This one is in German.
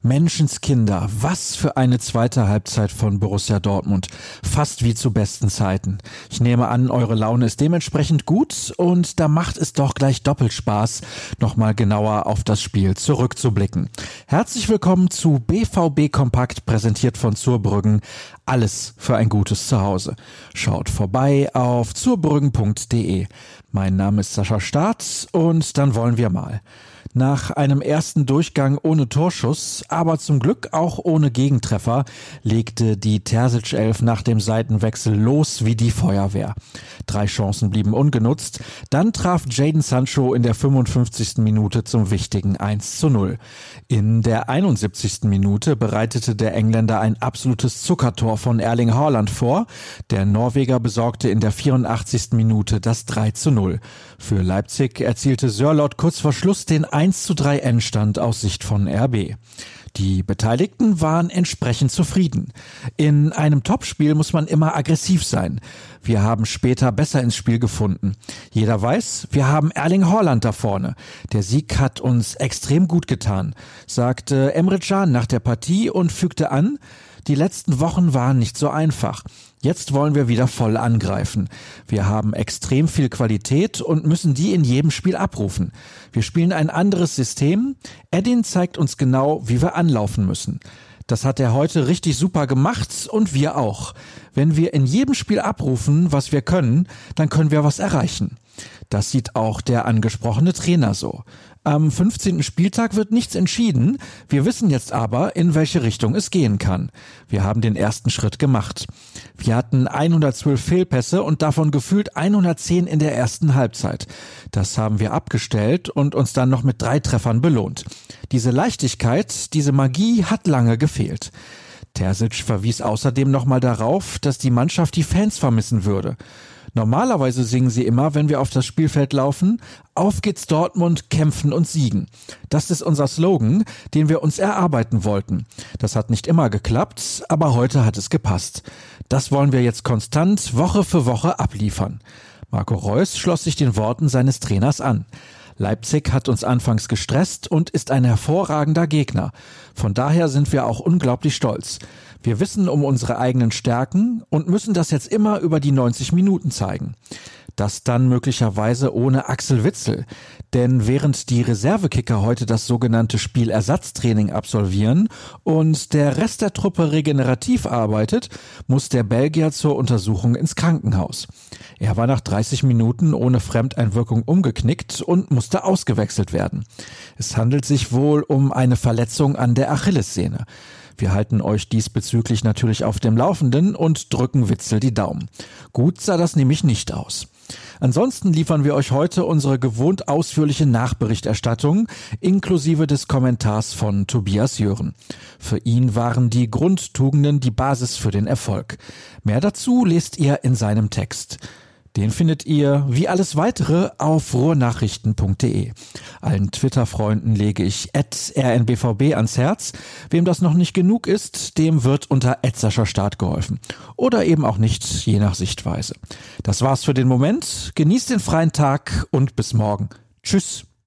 Menschenskinder, was für eine zweite Halbzeit von Borussia Dortmund. Fast wie zu besten Zeiten. Ich nehme an, eure Laune ist dementsprechend gut und da macht es doch gleich doppelt Spaß, nochmal genauer auf das Spiel zurückzublicken. Herzlich willkommen zu BVB Kompakt, präsentiert von Zurbrüggen. Alles für ein gutes Zuhause. Schaut vorbei auf zurbrüggen.de. Mein Name ist Sascha Staat und dann wollen wir mal. Nach einem ersten Durchgang ohne Torschuss, aber zum Glück auch ohne Gegentreffer, legte die Terzic-Elf nach dem Seitenwechsel los wie die Feuerwehr. 3 Chancen blieben ungenutzt, dann traf Jadon Sancho in der 55. Minute zum wichtigen 1:0. In der 71. Minute bereitete der Engländer ein absolutes Zuckertor von Erling Haaland vor. Der Norweger besorgte in der 84. Minute das 3:0. Für Leipzig erzielte Sørloth kurz vor Schluss den 1:3 Endstand aus Sicht von RB. Die Beteiligten waren entsprechend zufrieden. In einem Topspiel muss man immer aggressiv sein. Wir haben später besser ins Spiel gefunden. Jeder weiß, wir haben Erling Haaland da vorne. Der Sieg hat uns extrem gut getan, sagte Emre Can nach der Partie und fügte an, die letzten Wochen waren nicht so einfach. Jetzt wollen wir wieder voll angreifen. Wir haben extrem viel Qualität und müssen die in jedem Spiel abrufen. Wir spielen ein anderes System. Edin zeigt uns genau, wie wir anlaufen müssen. Das hat er heute richtig super gemacht und wir auch. Wenn wir in jedem Spiel abrufen, was wir können, dann können wir was erreichen. Das sieht auch der angesprochene Trainer so. Am 15. Spieltag wird nichts entschieden. Wir wissen jetzt aber, in welche Richtung es gehen kann. Wir haben den ersten Schritt gemacht. Wir hatten 112 Fehlpässe und davon gefühlt 110 in der ersten Halbzeit. Das haben wir abgestellt und uns dann noch mit 3 Treffern belohnt. Diese Leichtigkeit, diese Magie hat lange gefehlt. Terzic verwies außerdem nochmal darauf, dass die Mannschaft die Fans vermissen würde. Normalerweise singen sie immer, wenn wir auf das Spielfeld laufen, auf geht's Dortmund, kämpfen und siegen. Das ist unser Slogan, den wir uns erarbeiten wollten. Das hat nicht immer geklappt, aber heute hat es gepasst. Das wollen wir jetzt konstant Woche für Woche abliefern. Marco Reus schloss sich den Worten seines Trainers an. Leipzig hat uns anfangs gestresst und ist ein hervorragender Gegner. Von daher sind wir auch unglaublich stolz. Wir wissen um unsere eigenen Stärken und müssen das jetzt immer über die 90 Minuten zeigen. Das dann möglicherweise ohne Axel Witsel. Denn während die Reservekicker heute das sogenannte Spielersatztraining absolvieren und der Rest der Truppe regenerativ arbeitet, muss der Belgier zur Untersuchung ins Krankenhaus. Er war nach 30 Minuten ohne Fremdeinwirkung umgeknickt und musste ausgewechselt werden. Es handelt sich wohl um eine Verletzung an der Achillessehne. Wir halten euch diesbezüglich natürlich auf dem Laufenden und drücken Witsel die Daumen. Gut sah das nämlich nicht aus. Ansonsten liefern wir euch heute unsere gewohnt ausführliche Nachberichterstattung inklusive des Kommentars von Tobias Jören. Für ihn waren die Grundtugenden die Basis für den Erfolg. Mehr dazu lest ihr in seinem Text. Den findet ihr, wie alles weitere, auf ruhrnachrichten.de. Allen Twitter-Freunden lege ich @rnbvb ans Herz. Wem das noch nicht genug ist, dem wird unter @SaschaStaat geholfen. Oder eben auch nicht, je nach Sichtweise. Das war's für den Moment. Genießt den freien Tag und bis morgen. Tschüss.